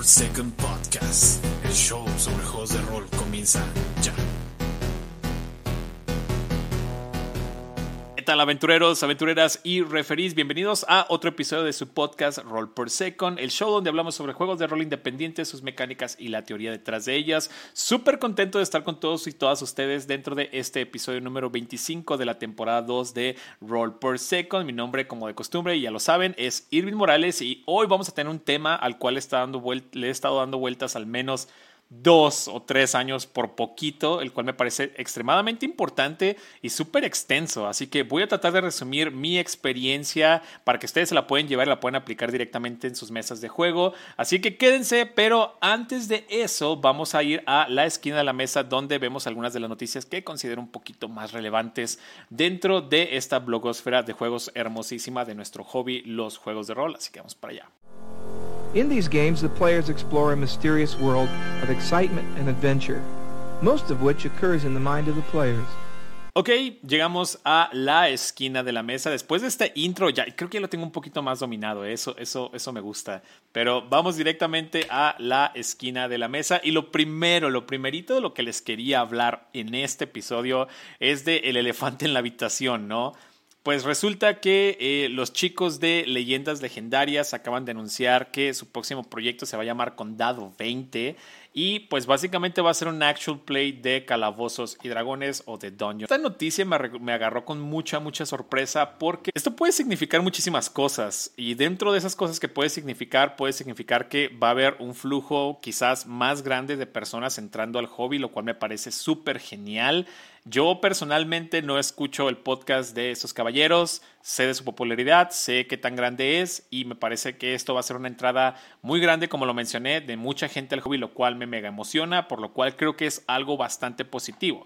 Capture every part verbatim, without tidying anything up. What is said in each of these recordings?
Second Podcast, el show sobre juegos de rol comienza ya. ¿Qué tal, aventureros, aventureras y referís? Bienvenidos a otro episodio de su podcast Roll Per Second, el show donde hablamos sobre juegos de rol independientes, sus mecánicas y la teoría detrás de ellas. Súper contento de estar con todos y todas ustedes dentro de este episodio número veinticinco de la temporada dos de Roll Per Second. Mi nombre, como de costumbre, y ya lo saben, es Irving Morales, y hoy vamos a tener un tema al cual está dando vuelt- le he estado dando vueltas al menos dos o tres años por poquito, el cual me parece extremadamente importante y súper extenso. Así que voy a tratar de resumir mi experiencia para que ustedes se la pueden llevar y la pueden aplicar directamente en sus mesas de juego. Así que quédense, pero antes de eso vamos a ir a la esquina de la mesa donde vemos algunas de las noticias que considero un poquito más relevantes dentro de esta blogosfera de juegos hermosísima de nuestro hobby, los juegos de rol. Así que vamos para allá. In these games, the players explore a mysterious world of excitement and adventure, most of which occurs in the mind of the players. Ok, llegamos a la esquina de la mesa. Después de este intro, ya creo que ya lo tengo un poquito más dominado. Eso, eso, eso me gusta. Pero vamos directamente a la esquina de la mesa. Y lo primero, lo primerito de lo que les quería hablar en este episodio es de el elefante en la habitación, ¿no? Pues resulta que eh, los chicos de Leyendas Legendarias acaban de anunciar que su próximo proyecto se va a llamar Condado veinte y pues básicamente va a ser un actual play de Calabozos y Dragones o de Dungeons. Esta noticia me, me agarró con mucha, mucha sorpresa porque esto puede significar muchísimas cosas y dentro de esas cosas que puede significar, puede significar que va a haber un flujo quizás más grande de personas entrando al hobby, lo cual me parece súper genial. Yo personalmente no escucho el podcast de estos caballeros, sé de su popularidad, sé qué tan grande es y me parece que esto va a ser una entrada muy grande, como lo mencioné, de mucha gente al hobby, lo cual me mega emociona, por lo cual creo que es algo bastante positivo.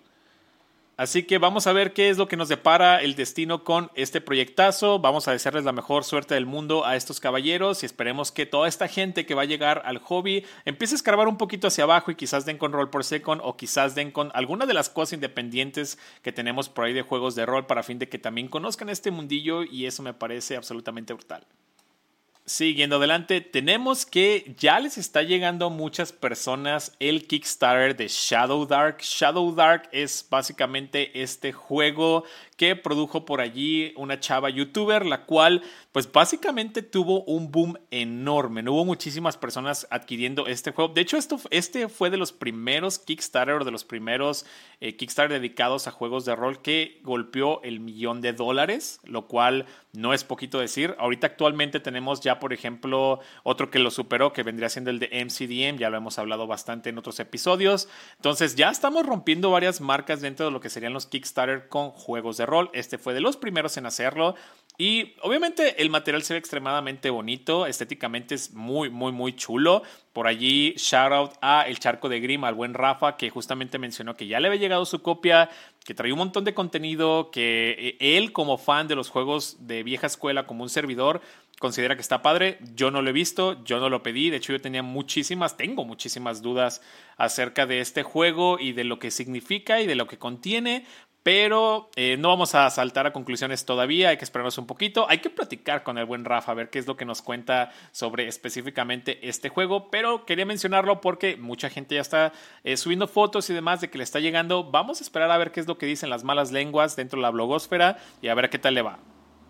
Así que vamos a ver qué es lo que nos depara el destino con este proyectazo. Vamos a desearles la mejor suerte del mundo a estos caballeros y esperemos que toda esta gente que va a llegar al hobby empiece a escarbar un poquito hacia abajo y quizás den con Roll Per Second o quizás den con alguna de las cosas independientes que tenemos por ahí de juegos de rol para fin de que también conozcan este mundillo, y eso me parece absolutamente brutal. Siguiendo adelante, tenemos que ya les está llegando a muchas personas el Kickstarter de Shadow Dark. Shadow Dark es básicamente este juego que produjo por allí una chava youtuber, la cual pues básicamente tuvo un boom enorme. No hubo muchísimas personas adquiriendo este juego. De hecho, esto, este fue de los primeros Kickstarter, de los primeros eh, Kickstarter dedicados a juegos de rol que golpeó el millón de dólares, lo cual no es poquito decir. Ahorita actualmente tenemos ya, por ejemplo, otro que lo superó, que vendría siendo el de M C D M. Ya lo hemos hablado bastante en otros episodios. Entonces ya estamos rompiendo varias marcas dentro de lo que serían los Kickstarter con juegos de rol. Este fue de los primeros en hacerlo. Y obviamente el material se ve extremadamente bonito, estéticamente es muy, muy, muy chulo. Por allí, shout out a El Charco de Grimm, al buen Rafa, que justamente mencionó que ya le había llegado su copia, que traía un montón de contenido, que él como fan de los juegos de vieja escuela, como un servidor, considera que está padre. Yo no lo he visto, yo no lo pedí. De hecho, yo tenía muchísimas, tengo muchísimas dudas acerca de este juego y de lo que significa y de lo que contiene. Pero eh, no vamos a saltar a conclusiones todavía, hay que esperarnos un poquito. Hay que platicar con el buen Rafa a ver qué es lo que nos cuenta sobre específicamente este juego. Pero quería mencionarlo porque mucha gente ya está eh, subiendo fotos y demás de que le está llegando. Vamos a esperar a ver qué es lo que dicen las malas lenguas dentro de la blogosfera y a ver qué tal le va.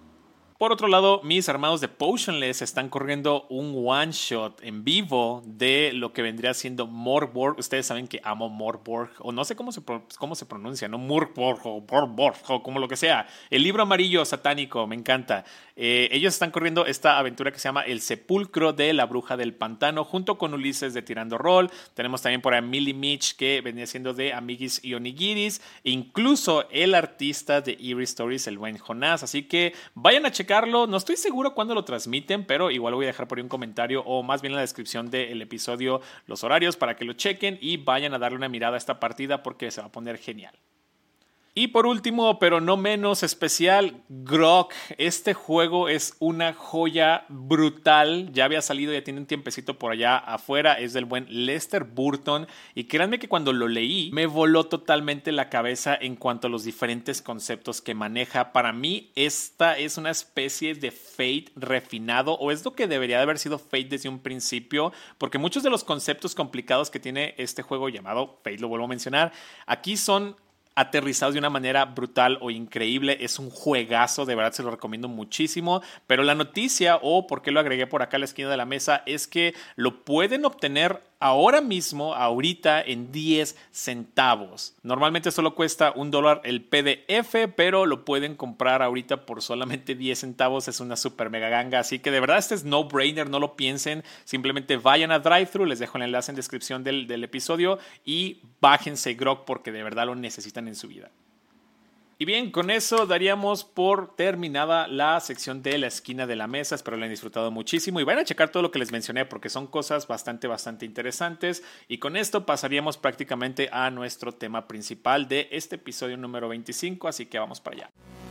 Por otro lado, mis hermanos de Potionless están corriendo un one shot en vivo de lo que vendría siendo Morborg. Ustedes saben que amo Morborg, o no sé cómo se, cómo se pronuncia, ¿no? Morborg o Morborg o como lo que sea. El libro amarillo satánico, me encanta. Eh, ellos están corriendo esta aventura que se llama El Sepulcro de la Bruja del Pantano, junto con Ulises de Tirando Roll. Tenemos también por ahí a Millie Mitch, que venía siendo de Amiguis y Onigiris, e incluso el artista de Eerie Stories, el buen Jonás. Así que vayan a checar. No estoy seguro cuándo lo transmiten, pero igual voy a dejar por ahí un comentario o más bien en la descripción del episodio los horarios para que lo chequen y vayan a darle una mirada a esta partida porque se va a poner genial. Y por último, pero no menos especial, Grok. Este juego es una joya brutal. Ya había salido, ya tiene un tiempecito por allá afuera. Es del buen Lester Burton. Y créanme que cuando lo leí, me voló totalmente la cabeza en cuanto a los diferentes conceptos que maneja. Para mí, esta es una especie de Fate refinado, o es lo que debería de haber sido Fate desde un principio, porque muchos de los conceptos complicados que tiene este juego llamado Fate, lo vuelvo a mencionar, aquí son aterrizados de una manera brutal o increíble. Es un juegazo, de verdad se lo recomiendo muchísimo. Pero la noticia, o por qué lo agregué por acá a la esquina de la mesa, es que lo pueden obtener ahora mismo, ahorita, en diez centavos. Normalmente solo cuesta un dólar el P D F, pero lo pueden comprar ahorita por solamente diez centavos. Es una super mega ganga. Así que de verdad este es no brainer, no lo piensen. Simplemente vayan a DriveThru, les dejo el enlace en descripción del, del episodio y bájense Grok porque de verdad lo necesitan en su vida. Y bien, con eso daríamos por terminada la sección de la esquina de la mesa. Espero la hayan disfrutado muchísimo y vayan a checar todo lo que les mencioné porque son cosas bastante, bastante interesantes. Y con esto pasaríamos prácticamente a nuestro tema principal de este episodio número veinticinco, así que vamos para allá.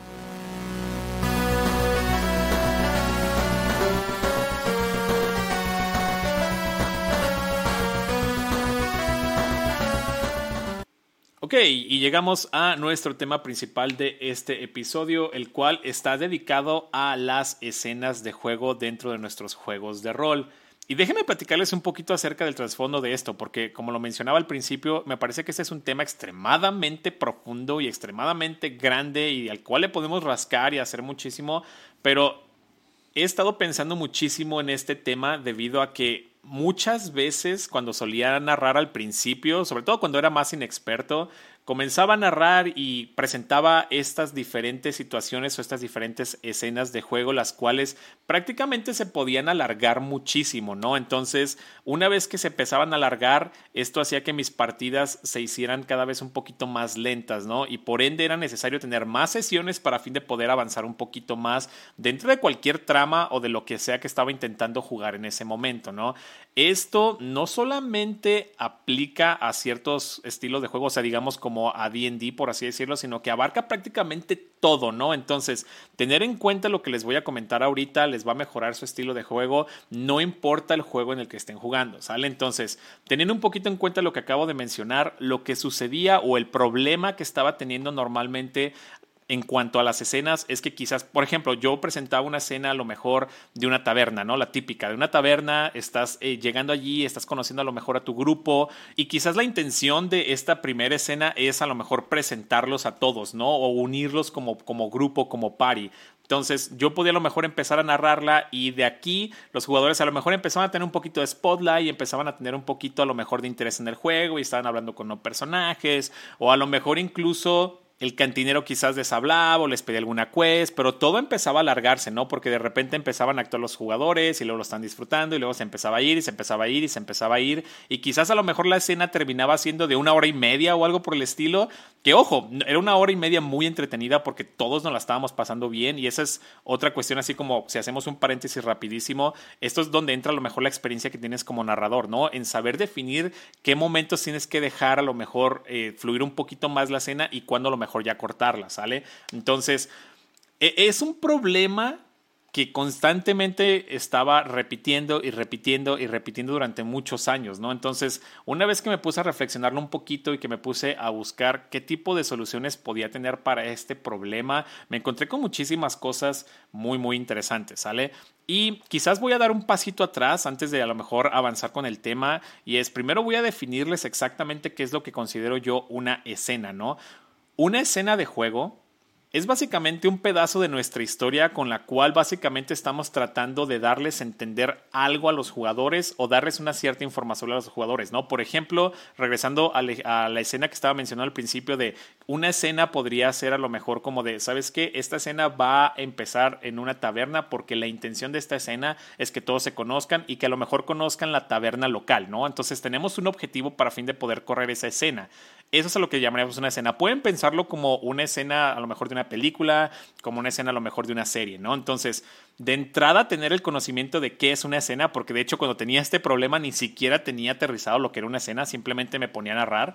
Ok, y llegamos a nuestro tema principal de este episodio, el cual está dedicado a las escenas de juego dentro de nuestros juegos de rol. Y déjenme platicarles un poquito acerca del trasfondo de esto, porque como lo mencionaba al principio, me parece que este es un tema extremadamente profundo y extremadamente grande y al cual le podemos rascar y hacer muchísimo, pero he estado pensando muchísimo en este tema debido a que muchas veces cuando solía narrar al principio, sobre todo cuando era más inexperto, comenzaba a narrar y presentaba estas diferentes situaciones o estas diferentes escenas de juego, las cuales prácticamente se podían alargar muchísimo, ¿no? Entonces, una vez que se empezaban a alargar, esto hacía que mis partidas se hicieran cada vez un poquito más lentas, ¿no? Y por ende era necesario tener más sesiones para fin de poder avanzar un poquito más dentro de cualquier trama o de lo que sea que estaba intentando jugar en ese momento, ¿no? Esto no solamente aplica a ciertos estilos de juego, o sea, digamos como a D and D, por así decirlo, sino que abarca prácticamente todo, ¿no? Entonces, tener en cuenta lo que les voy a comentar ahorita les va a mejorar su estilo de juego, no importa el juego en el que estén jugando, ¿sale? Entonces, teniendo un poquito en cuenta lo que acabo de mencionar, lo que sucedía o el problema que estaba teniendo normalmente en cuanto a las escenas es que quizás, por ejemplo, yo presentaba una escena a lo mejor de una taberna, ¿no? La típica de una taberna, estás eh, llegando allí, estás conociendo a lo mejor a tu grupo y quizás la intención de esta primera escena es a lo mejor presentarlos a todos, ¿no? O unirlos como, como grupo, como party. Entonces yo podía a lo mejor empezar a narrarla y de aquí los jugadores a lo mejor empezaban a tener un poquito de spotlight y empezaban a tener un poquito a lo mejor de interés en el juego y estaban hablando con los personajes o a lo mejor incluso el cantinero quizás les hablaba o les pedía alguna quest, pero todo empezaba a alargarse, ¿no? Porque de repente empezaban a actuar los jugadores y luego lo están disfrutando y luego se empezaba a ir y se empezaba a ir y se empezaba a ir y quizás a lo mejor la escena terminaba siendo de una hora y media o algo por el estilo, que ojo, era una hora y media muy entretenida porque todos nos la estábamos pasando bien y esa es otra cuestión así como si hacemos un paréntesis rapidísimo, esto es donde entra a lo mejor la experiencia que tienes como narrador, ¿no? En saber definir qué momentos tienes que dejar a lo mejor eh, fluir un poquito más la escena y cuándo a lo mejor ya cortarla, ¿sale? Entonces, es un problema que constantemente estaba repitiendo y repitiendo y repitiendo durante muchos años, ¿no? Entonces, una vez que me puse a reflexionarlo un poquito y que me puse a buscar qué tipo de soluciones podía tener para este problema, me encontré con muchísimas cosas muy, muy interesantes, ¿sale? Y quizás voy a dar un pasito atrás antes de a lo mejor avanzar con el tema y es, primero voy a definirles exactamente qué es lo que considero yo una escena, ¿no? Una escena de juego es básicamente un pedazo de nuestra historia con la cual básicamente estamos tratando de darles a entender algo a los jugadores o darles una cierta información a los jugadores, ¿no? Por ejemplo, regresando a, le, a la escena que estaba mencionando al principio de una escena podría ser a lo mejor como de, ¿sabes qué? Esta escena va a empezar en una taberna porque la intención de esta escena es que todos se conozcan y que a lo mejor conozcan la taberna local, ¿no? Entonces tenemos un objetivo para fin de poder correr esa escena. Eso es a lo que llamaríamos una escena. Pueden pensarlo como una escena a lo mejor de una película, como una escena a lo mejor de una serie, ¿no? Entonces, de entrada tener el conocimiento de qué es una escena, porque de hecho cuando tenía este problema ni siquiera tenía aterrizado lo que era una escena, simplemente me ponía a narrar.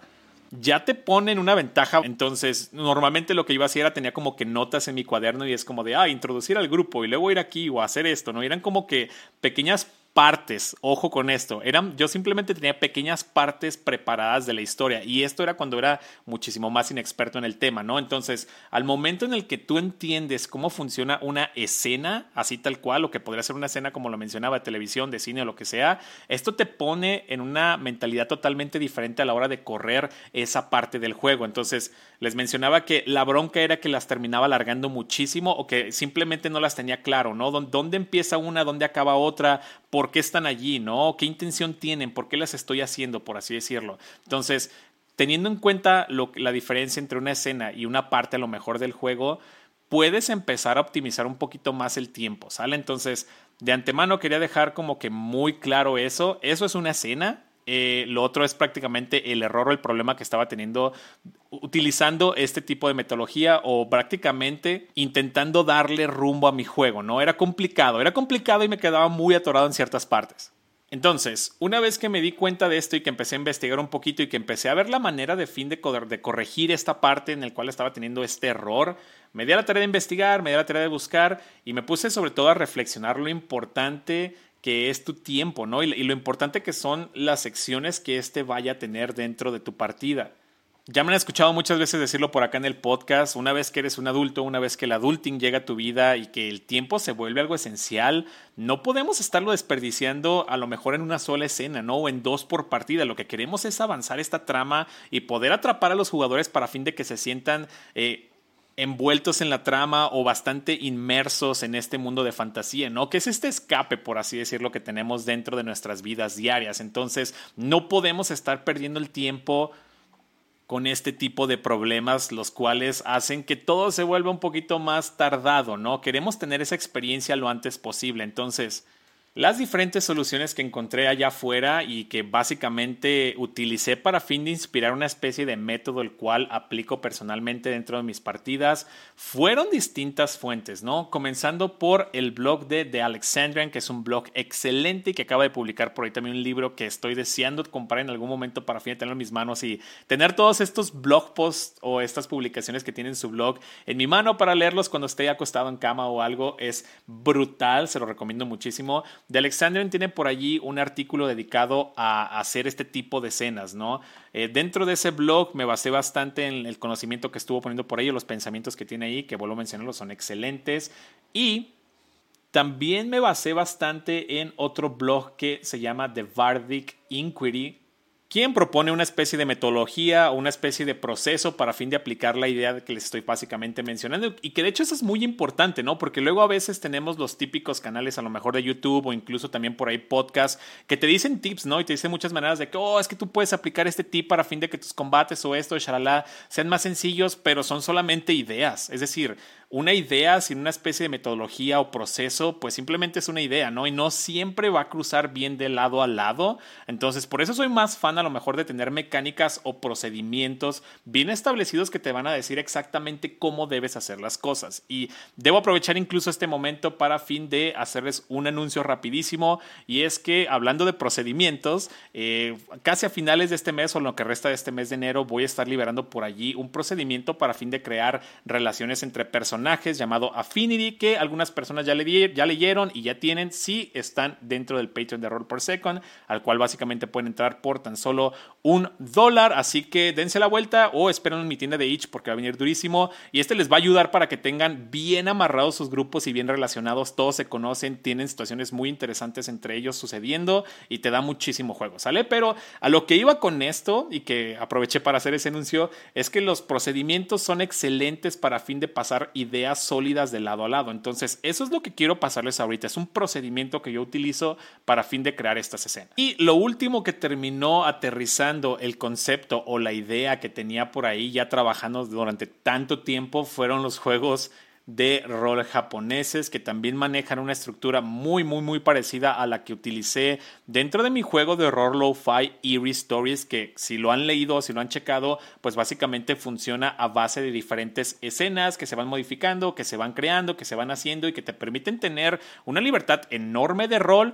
ya te ponen una ventaja. Entonces, normalmente lo que iba a hacer era tenía como que notas en mi cuaderno y es como de, ah, introducir al grupo y luego ir aquí o hacer esto, ¿no? Eran como que pequeñas partes, ojo con esto, eran, yo simplemente tenía pequeñas partes preparadas de la historia y esto era cuando era muchísimo más inexperto en el tema, ¿no? Entonces, al momento en el que tú entiendes cómo funciona una escena, así tal cual, o que podría ser una escena como lo mencionaba, de televisión, de cine o lo que sea, esto te pone en una mentalidad totalmente diferente a la hora de correr esa parte del juego. Entonces, les mencionaba que la bronca era que las terminaba alargando muchísimo o que simplemente no las tenía claro, ¿no? ¿Dónde empieza una? ¿Dónde acaba otra? ¿Por qué están allí? ¿No? ¿Qué intención tienen? ¿Por qué las estoy haciendo? Por así decirlo. Entonces, teniendo en cuenta lo, la diferencia entre una escena y una parte a lo mejor del juego, puedes empezar a optimizar un poquito más el tiempo, ¿sale? Entonces, de antemano quería dejar como que muy claro eso. Eso es una escena. Eh, lo otro es prácticamente el error o el problema que estaba teniendo utilizando este tipo de metodología o prácticamente intentando darle rumbo a mi juego, ¿no? Era complicado, era complicado y me quedaba muy atorado en ciertas partes. Entonces, una vez que me di cuenta de esto y que empecé a investigar un poquito y que empecé a ver la manera de fin de, co- de corregir esta parte en la cual estaba teniendo este error, me di a la tarea de investigar, me di a la tarea de buscar y me puse sobre todo a reflexionar lo importante que es tu tiempo, ¿no? Y, y lo importante que son las secciones que este vaya a tener dentro de tu partida. Ya me han escuchado muchas veces decirlo por acá en el podcast, una vez que eres un adulto, una vez que el adulting llega a tu vida y que el tiempo se vuelve algo esencial, no podemos estarlo desperdiciando a lo mejor en una sola escena, ¿no? O en dos por partida. Lo que queremos es avanzar esta trama y poder atrapar a los jugadores para fin de que se sientan eh, envueltos en la trama o bastante inmersos en este mundo de fantasía, ¿no? Que es este escape, por así decirlo, que tenemos dentro de nuestras vidas diarias. Entonces, no podemos estar perdiendo el tiempo con este tipo de problemas, los cuales hacen que todo se vuelva un poquito más tardado, ¿no? Queremos tener esa experiencia lo antes posible. Entonces, las diferentes soluciones que encontré allá afuera y que básicamente utilicé para fin de inspirar una especie de método el cual aplico personalmente dentro de mis partidas fueron distintas fuentes, ¿no? Comenzando por el blog de The Alexandrian, que es un blog excelente y que acaba de publicar por ahí también un libro que estoy deseando comprar en algún momento para fin de tenerlo en mis manos y tener todos estos blog posts o estas publicaciones que tiene en su blog en mi mano para leerlos cuando esté acostado en cama o algo. Es brutal, se lo recomiendo muchísimo. The Alexandrian tiene por allí un artículo dedicado a hacer este tipo de escenas, ¿no? Eh, dentro de ese blog me basé bastante en el conocimiento que estuvo poniendo por ahí, los pensamientos que tiene ahí, que vuelvo a mencionarlos, son excelentes. Y también me basé bastante en otro blog que se llama The Bardic Inquiry, quien propone una especie de metodología o una especie de proceso para fin de aplicar la idea que les estoy básicamente mencionando y que de hecho eso es muy importante, ¿no? Porque luego a veces tenemos los típicos canales a lo mejor de YouTube o incluso también por ahí podcasts que te dicen tips, ¿no? Y te dicen muchas maneras de que, oh, es que tú puedes aplicar este tip para fin de que tus combates o esto, shalala, sean más sencillos, pero son solamente ideas. Es decir, una idea sin una especie de metodología o proceso, pues simplemente es una idea, ¿no? Y no siempre va a cruzar bien de lado a lado. Entonces, por eso soy más fan a lo mejor de tener mecánicas o procedimientos bien establecidos que te van a decir exactamente cómo debes hacer las cosas. Y debo aprovechar incluso este momento para fin de hacerles un anuncio rapidísimo. Y es que, hablando de procedimientos, eh, casi a finales de este mes o lo que resta de este mes de enero, voy a estar liberando por allí un procedimiento para fin de crear relaciones entre personas llamado Affinity, que algunas personas ya, le, ya leyeron y ya tienen, si están dentro del Patreon de Roll Per Second, al cual básicamente pueden entrar por tan solo un dólar, así que dense la vuelta o esperen en mi tienda de Itch porque va a venir durísimo y este les va a ayudar para que tengan bien amarrados sus grupos y bien relacionados, todos se conocen, tienen situaciones muy interesantes entre ellos sucediendo y te da muchísimo juego, ¿sale? Pero a lo que iba con esto y que aproveché para hacer ese anuncio es que los procedimientos son excelentes para fin de pasar y ideas sólidas de lado a lado. Entonces, eso es lo que quiero pasarles ahorita. Es un procedimiento que yo utilizo para fin de crear estas escenas. Y lo último que terminó aterrizando el concepto o la idea que tenía por ahí ya trabajando durante tanto tiempo fueron los juegos de rol japoneses que también manejan una estructura muy muy muy parecida a la que utilicé dentro de mi juego de horror lo-fi Eerie Stories, que si lo han leído o si lo han checado, pues básicamente funciona a base de diferentes escenas que se van modificando, que se van creando, que se van haciendo y que te permiten tener una libertad enorme de rol,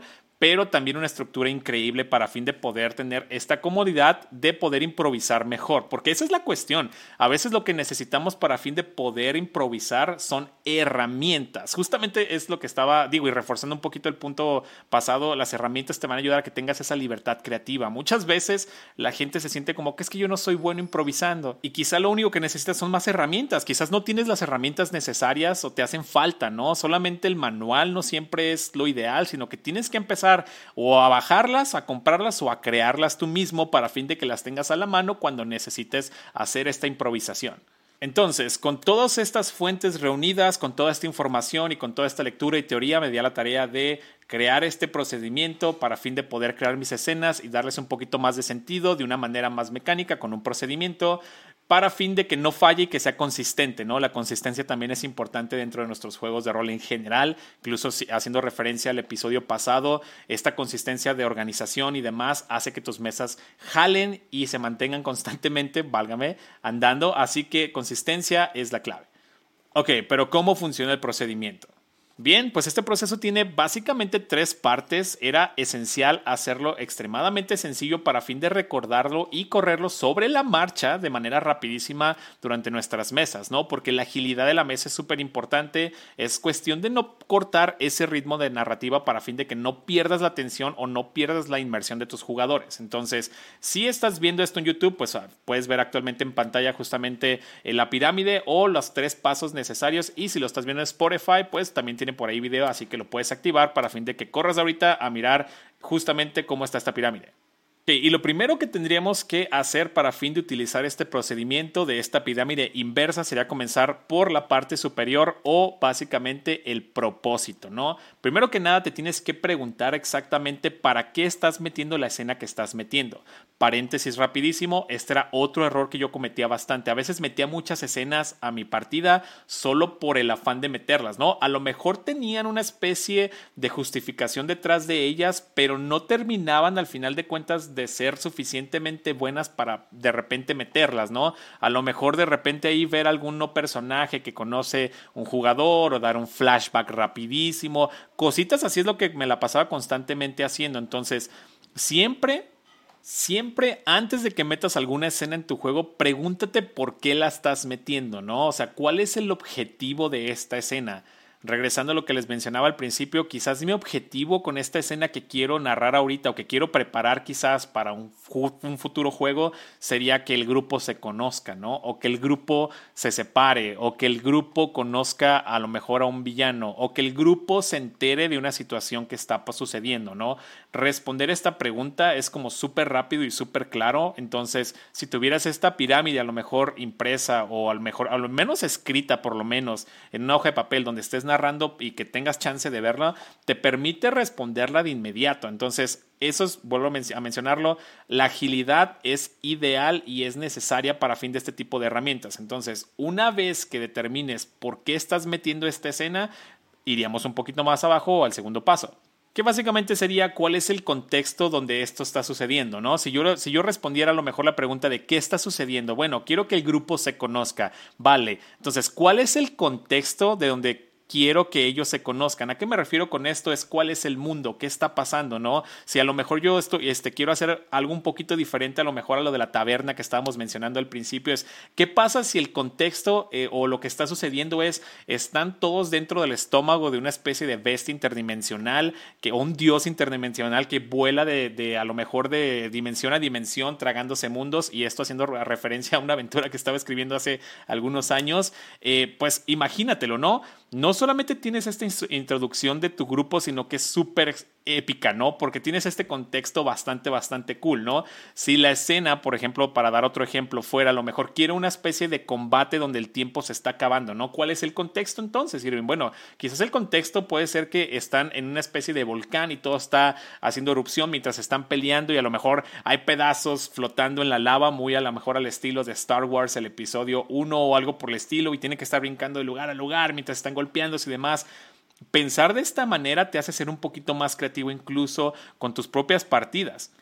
pero también una estructura increíble para fin de poder tener esta comodidad de poder improvisar mejor, porque esa es la cuestión. A veces lo que necesitamos para fin de poder improvisar son herramientas. Justamente es lo que estaba, digo, y reforzando un poquito el punto pasado, las herramientas te van a ayudar a que tengas esa libertad creativa. Muchas veces la gente se siente como que es que yo no soy bueno improvisando y quizá lo único que necesitas son más herramientas. Quizás no tienes las herramientas necesarias o te hacen falta, ¿no? Solamente el manual no siempre es lo ideal, sino que tienes que empezar o a bajarlas, a comprarlas o a crearlas tú mismo para fin de que las tengas a la mano cuando necesites hacer esta improvisación. Entonces, con todas estas fuentes reunidas, con toda esta información y con toda esta lectura y teoría, me di a la tarea de crear este procedimiento para fin de poder crear mis escenas y darles un poquito más de sentido de una manera más mecánica con un procedimiento para fin de que no falle y que sea consistente, ¿no? La consistencia también es importante dentro de nuestros juegos de rol en general, incluso haciendo referencia al episodio pasado, esta consistencia de organización y demás hace que tus mesas jalen y se mantengan constantemente, válgame, andando, así que consistencia es la clave. Ok, pero ¿cómo funciona el procedimiento? Bien, pues este proceso tiene básicamente tres partes. Era esencial hacerlo extremadamente sencillo para fin de recordarlo y correrlo sobre la marcha de manera rapidísima durante nuestras mesas, ¿no? Porque la agilidad de la mesa es súper importante. Es cuestión de no cortar ese ritmo de narrativa para fin de que no pierdas la atención o no pierdas la inmersión de tus jugadores. Entonces, si estás viendo esto en YouTube, pues puedes ver actualmente en pantalla justamente la pirámide o los tres pasos necesarios. Y si lo estás viendo en Spotify, pues también tiene por ahí video, así que lo puedes activar para fin de que corras ahorita a mirar justamente cómo está esta pirámide. Okay, y lo primero que tendríamos que hacer para fin de utilizar este procedimiento de esta pirámide inversa sería comenzar por la parte superior o básicamente el propósito, ¿no? Primero que nada te tienes que preguntar exactamente para qué estás metiendo la escena que estás metiendo. Paréntesis rapidísimo, este era otro error que yo cometía bastante. A veces metía muchas escenas a mi partida solo por el afán de meterlas, ¿no? A lo mejor tenían una especie de justificación detrás de ellas, pero no terminaban al final de cuentas de ser suficientemente buenas para de repente meterlas, ¿no? A lo mejor de repente ahí ver algún no personaje que conoce un jugador o dar un flashback rapidísimo, cositas así es lo que me la pasaba constantemente haciendo. Entonces, siempre, siempre antes de que metas alguna escena en tu juego, pregúntate por qué la estás metiendo, ¿no? O sea, ¿cuál es el objetivo de esta escena? Regresando a lo que les mencionaba al principio, quizás mi objetivo con esta escena que quiero narrar ahorita o que quiero preparar quizás para un, un futuro juego sería que el grupo se conozca, ¿no? O que el grupo se separe, o que el grupo conozca a lo mejor a un villano, o que el grupo se entere de una situación que está sucediendo, ¿no? Responder esta pregunta es como súper rápido y súper claro. Entonces, si tuvieras esta pirámide a lo mejor impresa o a lo mejor, a lo menos escrita por lo menos en una hoja de papel donde estés narrando y que tengas chance de verla, te permite responderla de inmediato. Entonces, eso es, vuelvo a, men- a mencionarlo, la agilidad es ideal y es necesaria para fin de este tipo de herramientas. Entonces, una vez que determines por qué estás metiendo esta escena, iríamos un poquito más abajo al segundo paso, que básicamente sería cuál es el contexto donde esto está sucediendo, ¿no? Si yo, si yo respondiera a lo mejor la pregunta de qué está sucediendo, bueno, quiero que el grupo se conozca, vale, entonces, ¿cuál es el contexto de donde quiero que ellos se conozcan? ¿A qué me refiero con esto? Es cuál es el mundo, qué está pasando, ¿no? Si a lo mejor yo estoy, este, quiero hacer algo un poquito diferente a lo mejor a lo de la taberna que estábamos mencionando al principio, es qué pasa si el contexto eh, o lo que está sucediendo es, están todos dentro del estómago de una especie de bestia interdimensional, que, o un dios interdimensional que vuela de, de a lo mejor de dimensión a dimensión tragándose mundos, y esto haciendo referencia a una aventura que estaba escribiendo hace algunos años. Eh, pues imagínatelo, ¿no? No solamente tienes esta introducción de tu grupo, sino que es súper épica, ¿no? Porque tienes este contexto bastante, bastante cool, ¿no? Si la escena, por ejemplo, para dar otro ejemplo, fuera a lo mejor quiero una especie de combate donde el tiempo se está acabando, ¿no? ¿Cuál es el contexto entonces, Irving? Bueno, quizás el contexto puede ser que están en una especie de volcán y todo está haciendo erupción mientras están peleando y a lo mejor hay pedazos flotando en la lava, muy a lo mejor al estilo de Star Wars, el episodio uno o algo por el estilo, y tienen que estar brincando de lugar a lugar mientras están golpeándose y demás. Pensar de esta manera te hace ser un poquito más creativo incluso con tus propias partidas.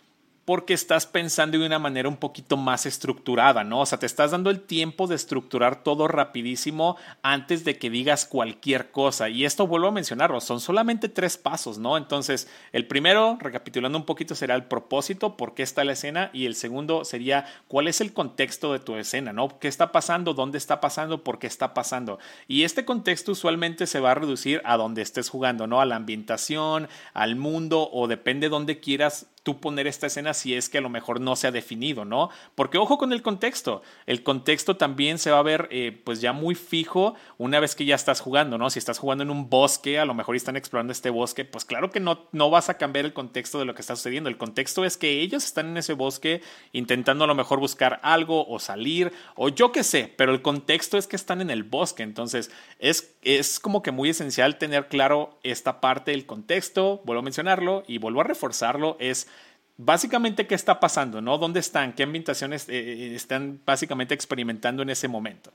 porque estás pensando de una manera un poquito más estructurada, ¿no? O sea, te estás dando el tiempo de estructurar todo rapidísimo antes de que digas cualquier cosa. Y esto vuelvo a mencionarlo, son solamente tres pasos, ¿no? Entonces, el primero, recapitulando un poquito, será el propósito, por qué está la escena, y el segundo sería cuál es el contexto de tu escena, ¿no? ¿Qué está pasando? ¿Dónde está pasando? ¿Por qué está pasando? Y este contexto usualmente se va a reducir a donde estés jugando, ¿no? A la ambientación, al mundo, o depende de dónde quieras tú poner esta escena si es que a lo mejor no se ha definido, ¿no? Porque ojo con el contexto. El contexto también se va a ver eh, pues ya muy fijo una vez que ya estás jugando, ¿no? Si estás jugando en un bosque, a lo mejor están explorando este bosque, pues claro que no, no vas a cambiar el contexto de lo que está sucediendo. El contexto es que ellos están en ese bosque intentando a lo mejor buscar algo o salir o yo qué sé, pero el contexto es que están en el bosque. Entonces es, es como que muy esencial tener claro esta parte del contexto. Vuelvo a mencionarlo y vuelvo a reforzarlo, es básicamente qué está pasando, ¿no? ¿Dónde están? ¿Qué ambientaciones eh, están básicamente experimentando en ese momento?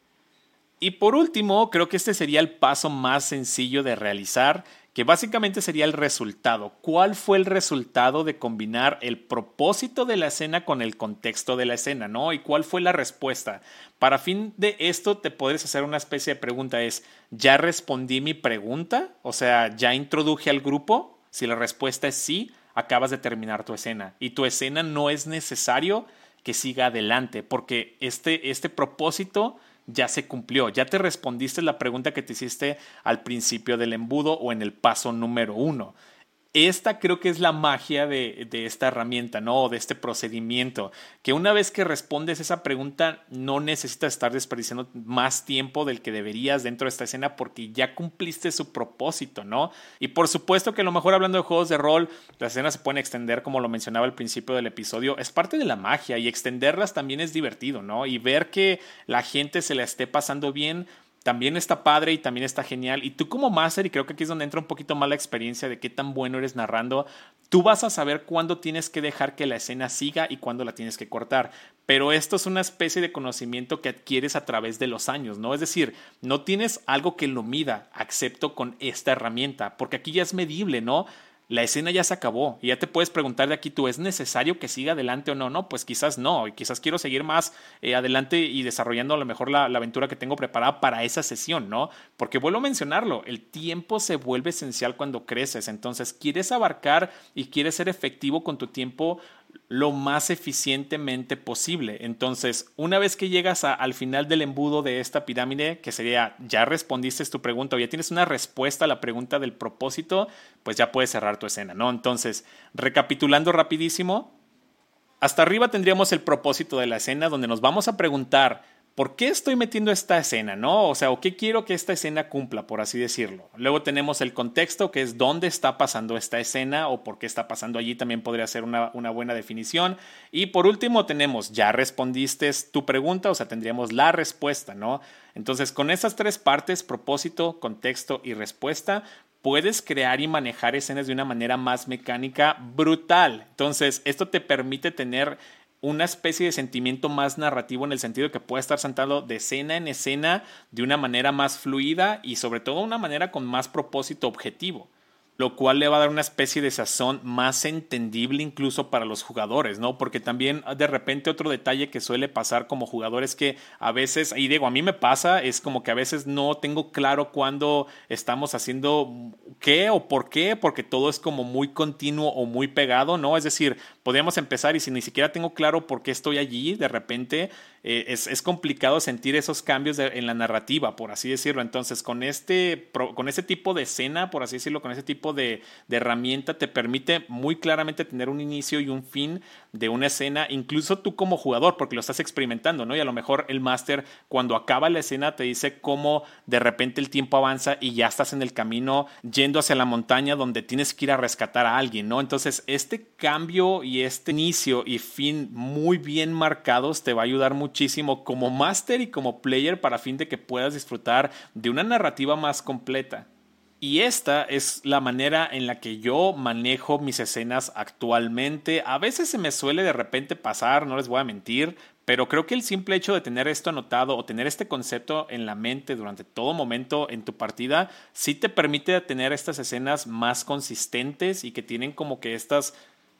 Y por último, creo que este sería el paso más sencillo de realizar, que básicamente sería el resultado. ¿Cuál fue el resultado de combinar el propósito de la escena con el contexto de la escena, ¿no? ¿Y cuál fue la respuesta? Para fin de esto te podrías hacer una especie de pregunta, es, ¿ya respondí mi pregunta? O sea, ¿ya introduje al grupo? Si la respuesta es sí, acabas de terminar tu escena y tu escena no es necesario que siga adelante porque este, este propósito ya se cumplió, ya te respondiste la pregunta que te hiciste al principio del embudo o en el paso número uno. Esta creo que es la magia de, de esta herramienta, ¿no? De este procedimiento, que una vez que respondes esa pregunta no necesitas estar desperdiciando más tiempo del que deberías dentro de esta escena porque ya cumpliste su propósito, ¿no? Y por supuesto que a lo mejor hablando de juegos de rol, las escenas se pueden extender como lo mencionaba al principio del episodio, es parte de la magia y extenderlas también es divertido, ¿no? Y ver que la gente se la esté pasando bien también está padre y también está genial. Y tú como máster, y creo que aquí es donde entra un poquito más la experiencia de qué tan bueno eres narrando, tú vas a saber cuándo tienes que dejar que la escena siga y cuándo la tienes que cortar. Pero esto es una especie de conocimiento que adquieres a través de los años, ¿no? Es decir, no tienes algo que lo mida, excepto con esta herramienta, porque aquí ya es medible, ¿no? La escena ya se acabó y ya te puedes preguntar de aquí tú, ¿es necesario que siga adelante o no? No, pues quizás no, y quizás quiero seguir más eh, adelante y desarrollando a lo mejor la, la aventura que tengo preparada para esa sesión, ¿no? Porque vuelvo a mencionarlo, el tiempo se vuelve esencial cuando creces, entonces quieres abarcar y quieres ser efectivo con tu tiempo lo más eficientemente posible. Entonces, una vez que llegas a, al final del embudo de esta pirámide, que sería, ya respondiste tu pregunta o ya tienes una respuesta a la pregunta del propósito, pues ya puedes cerrar tu escena, ¿no? Entonces, recapitulando rapidísimo, hasta arriba tendríamos el propósito de la escena donde nos vamos a preguntar ¿por qué estoy metiendo esta escena, no? O sea, ¿o qué quiero que esta escena cumpla, por así decirlo? Luego tenemos el contexto, que es dónde está pasando esta escena o por qué está pasando allí, también podría ser una, una buena definición. Y por último tenemos, ya respondiste tu pregunta, o sea, tendríamos la respuesta, ¿no? Entonces, con esas tres partes, propósito, contexto y respuesta, puedes crear y manejar escenas de una manera más mecánica brutal. Entonces, esto te permite tener una especie de sentimiento más narrativo en el sentido de que puede estar saltando de escena en escena de una manera más fluida y sobre todo una manera con más propósito objetivo, lo cual le va a dar una especie de sazón más entendible incluso para los jugadores, ¿no? Porque también de repente otro detalle que suele pasar como jugador es que a veces, y digo, a mí me pasa, es como que a veces no tengo claro cuándo estamos haciendo qué o por qué, porque todo es como muy continuo o muy pegado, ¿no? Es decir, podríamos empezar y si ni siquiera tengo claro por qué estoy allí, de repente eh, es, es complicado sentir esos cambios de, en la narrativa, por así decirlo. Entonces, con este, con ese tipo de escena, por así decirlo, con ese tipo de, de herramienta, te permite muy claramente tener un inicio y un fin de una escena, incluso tú como jugador, porque lo estás experimentando, ¿no? Y a lo mejor el máster, cuando acaba la escena, te dice cómo de repente el tiempo avanza y ya estás en el camino yendo hacia la montaña donde tienes que ir a rescatar a alguien, ¿no? Entonces, este cambio y este inicio y fin muy bien marcados te va a ayudar muchísimo como máster y como player para fin de que puedas disfrutar de una narrativa más completa. Y esta es la manera en la que yo manejo mis escenas actualmente. A veces se me suele de repente pasar, no les voy a mentir, pero creo que el simple hecho de tener esto anotado o tener este concepto en la mente durante todo momento en tu partida sí te permite tener estas escenas más consistentes y que tienen como que estas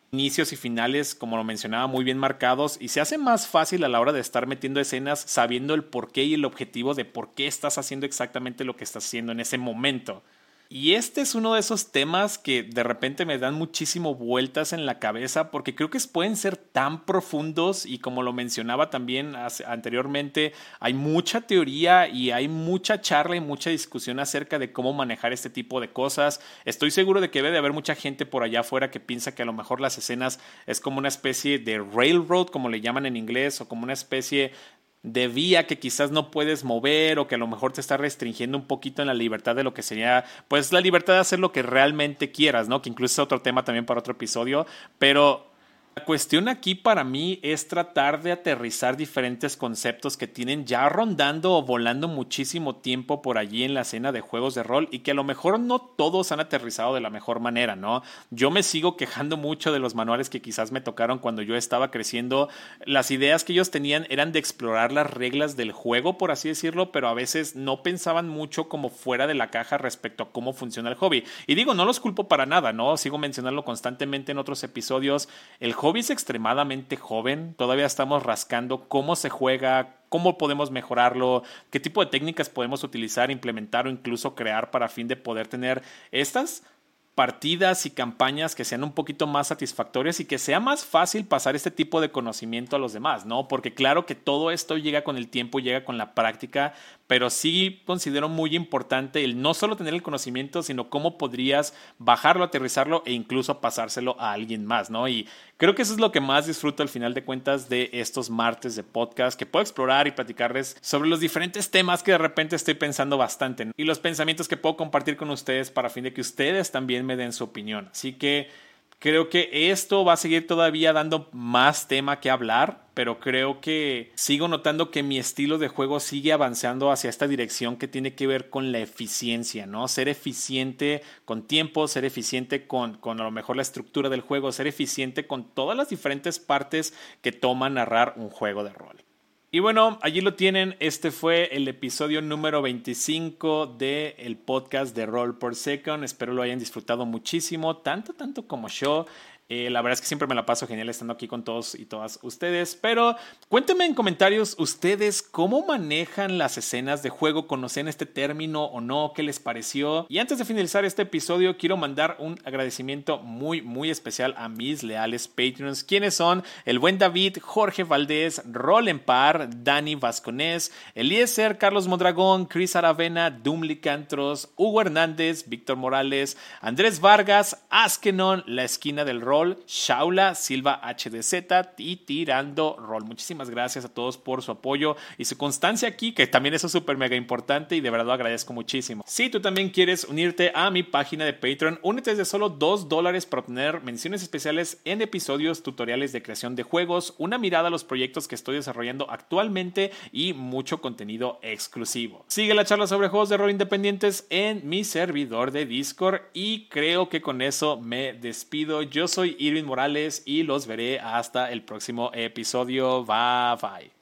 inicios y finales, como lo mencionaba, muy bien marcados y se hace más fácil a la hora de estar metiendo escenas sabiendo el porqué y el objetivo de por qué estás haciendo exactamente lo que estás haciendo en ese momento. Y este es uno de esos temas que de repente me dan muchísimo vueltas en la cabeza porque creo que pueden ser tan profundos y como lo mencionaba también anteriormente, hay mucha teoría y hay mucha charla y mucha discusión acerca de cómo manejar este tipo de cosas. Estoy seguro de que debe de haber mucha gente por allá afuera que piensa que a lo mejor las escenas es como una especie de railroad, como le llaman en inglés, o como una especie de vía que quizás no puedes mover o que a lo mejor te está restringiendo un poquito en la libertad de lo que sería, pues la libertad de hacer lo que realmente quieras, ¿no? Que incluso es otro tema también para otro episodio, pero la cuestión aquí para mí es tratar de aterrizar diferentes conceptos que tienen ya rondando o volando muchísimo tiempo por allí en la escena de juegos de rol y que a lo mejor no todos han aterrizado de la mejor manera, ¿no? Yo me sigo quejando mucho de los manuales que quizás me tocaron cuando yo estaba creciendo. Las ideas que ellos tenían eran de explorar las reglas del juego, por así decirlo, pero a veces no pensaban mucho como fuera de la caja respecto a cómo funciona el hobby. Y digo, no los culpo para nada, ¿no? Sigo mencionando constantemente en otros episodios. El hobby es extremadamente joven, todavía estamos rascando cómo se juega, cómo podemos mejorarlo, qué tipo de técnicas podemos utilizar, implementar o incluso crear para fin de poder tener estas partidas y campañas que sean un poquito más satisfactorias y que sea más fácil pasar este tipo de conocimiento a los demás, ¿no? Porque claro que todo esto llega con el tiempo, llega con la práctica, pero sí considero muy importante el no solo tener el conocimiento, sino cómo podrías bajarlo, aterrizarlo e incluso pasárselo a alguien más, ¿no? Y creo que eso es lo que más disfruto al final de cuentas de estos martes de podcast, que puedo explorar y platicarles sobre los diferentes temas que de repente estoy pensando bastante, ¿no? Y los pensamientos que puedo compartir con ustedes para fin de que ustedes también me den su opinión. Así que creo que esto va a seguir todavía dando más tema que hablar, pero creo que sigo notando que mi estilo de juego sigue avanzando hacia esta dirección que tiene que ver con la eficiencia, ¿no? Ser eficiente con tiempo, ser eficiente con, con a lo mejor la estructura del juego, ser eficiente con todas las diferentes partes que toma narrar un juego de rol. Y bueno, allí lo tienen. Este fue el episodio número veinticinco del podcast de Roll Per Second. Espero lo hayan disfrutado muchísimo, tanto, tanto como yo. Eh, la verdad es que siempre me la paso genial estando aquí con todos y todas ustedes. Pero cuéntenme en comentarios ustedes cómo manejan las escenas de juego. ¿Conocen este término o no? ¿Qué les pareció? Y antes de finalizar este episodio, quiero mandar un agradecimiento muy, muy especial a mis leales Patreons. ¿Quiénes son? El buen David, Jorge Valdés, Rol en Par, Dani Vasconés, Eliezer, Carlos Mondragón, Chris Aravena, Dumlicantros, Hugo Hernández, Víctor Morales, Andrés Vargas, Askenon, La Esquina del Rol, Shaula, Silva H D Z y Tirando Rol. Muchísimas gracias a todos por su apoyo y su constancia aquí, que también eso es súper mega importante y de verdad lo agradezco muchísimo. Si tú también quieres unirte a mi página de Patreon, únete desde solo dos dólares para obtener menciones especiales en episodios, tutoriales de creación de juegos, una mirada a los proyectos que estoy desarrollando actualmente y mucho contenido exclusivo. Sigue la charla sobre juegos de rol independientes en mi servidor de Discord y creo que con eso me despido. Yo soy Irving Morales y los veré hasta el próximo episodio. Bye bye.